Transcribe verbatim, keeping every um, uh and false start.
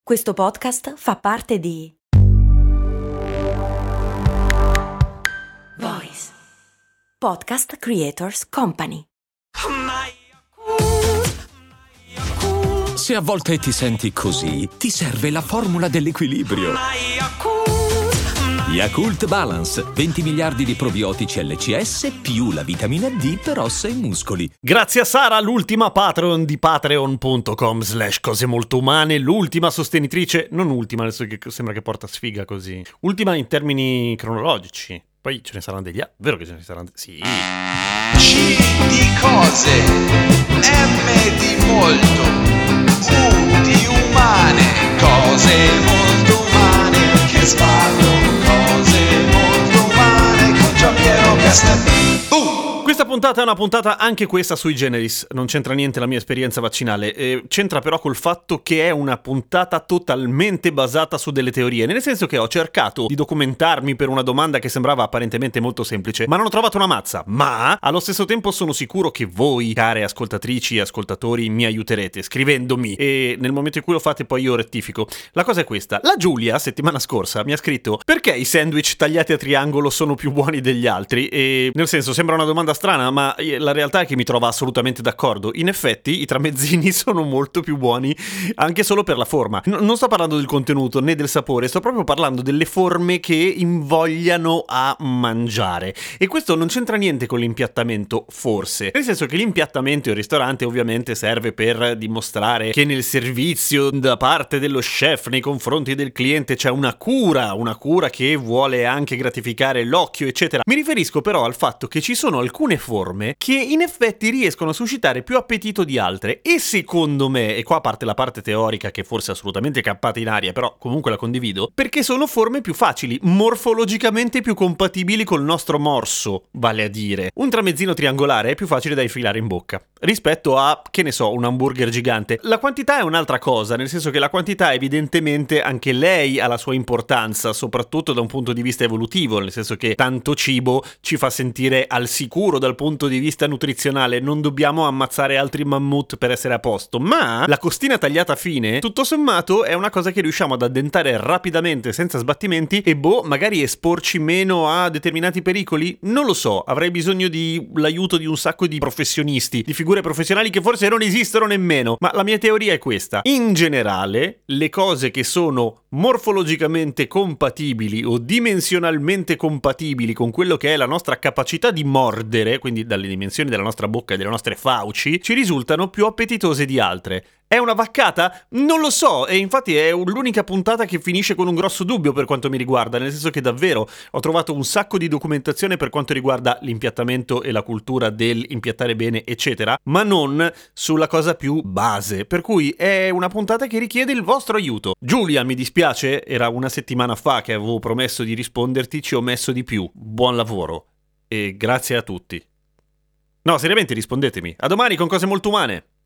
Questo podcast fa parte di Voice Podcast Creators Company. Se a volte ti senti così, ti serve la formula dell'equilibrio. Yakult Balance, venti miliardi di probiotici L C S più la vitamina D per ossa e muscoli. Grazie a Sara, l'ultima Patreon di patreon.com slash cose molto umane, l'ultima sostenitrice, non ultima, adesso che sembra che porta sfiga così, ultima in termini cronologici. Poi ce ne saranno degli altri, vero che ce ne saranno? Sì. C di cose, M di molto, U di umane, cose molto umane, che sballo, cose molto umane, con Giampiero Castel. Uh! Questa puntata è una puntata anche questa sui generis, non c'entra niente la mia esperienza vaccinale, eh, c'entra però col fatto che è una puntata totalmente basata su delle teorie, nel senso che ho cercato di documentarmi per una domanda che sembrava apparentemente molto semplice, ma non ho trovato una mazza, ma allo stesso tempo sono sicuro che voi, care ascoltatrici e ascoltatori, mi aiuterete scrivendomi e nel momento in cui lo fate poi io rettifico. La cosa è questa, la Giulia settimana scorsa mi ha scritto perché i sandwich tagliati a triangolo sono più buoni degli altri e nel senso sembra una domanda strana, ma la realtà è che mi trova assolutamente d'accordo. In effetti i tramezzini sono molto più buoni anche solo per la forma. N- non sto parlando del contenuto né del sapore, sto proprio parlando delle forme che invogliano a mangiare. E questo non c'entra niente con l'impiattamento, forse. Nel senso che l'impiattamento in ristorante ovviamente serve per dimostrare che nel servizio da parte dello chef nei confronti del cliente c'è una cura, una cura che vuole anche gratificare l'occhio, eccetera. Mi riferisco però al fatto che ci sono alcune forme che in effetti riescono a suscitare più appetito di altre e secondo me, e qua parte la parte teorica che forse è assolutamente campata in aria, però comunque la condivido, perché sono forme più facili, morfologicamente più compatibili col nostro morso, vale a dire. Un tramezzino triangolare è più facile da infilare in bocca rispetto a, che ne so, un hamburger gigante. La quantità è un'altra cosa, nel senso che la quantità evidentemente anche lei ha la sua importanza, soprattutto da un punto di vista evolutivo, nel senso che tanto cibo ci fa sentire al sicuro dal punto di vista nutrizionale, non dobbiamo ammazzare altri mammut per essere a posto, ma la costina tagliata fine, tutto sommato, è una cosa che riusciamo ad addentare rapidamente senza sbattimenti e boh, magari esporci meno a determinati pericoli? Non lo so, avrei bisogno di l'aiuto di un sacco di professionisti, di figure professionali che forse non esistono nemmeno, ma la mia teoria è questa. In generale, le cose che sono morfologicamente compatibili o dimensionalmente compatibili con quello che è la nostra capacità di mordere, quindi dalle dimensioni della nostra bocca e delle nostre fauci, ci risultano più appetitose di altre. È una vaccata? Non lo so, e infatti è l'unica puntata che finisce con un grosso dubbio per quanto mi riguarda, nel senso che davvero ho trovato un sacco di documentazione per quanto riguarda l'impiattamento e la cultura dell'impiattare bene, eccetera, ma non sulla cosa più base, per cui è una puntata che richiede il vostro aiuto. Giulia, mi dispiace, era una settimana fa che avevo promesso di risponderti, ci ho messo di più. Buon lavoro. E grazie a tutti. No, seriamente rispondetemi. A domani con cose molto umane.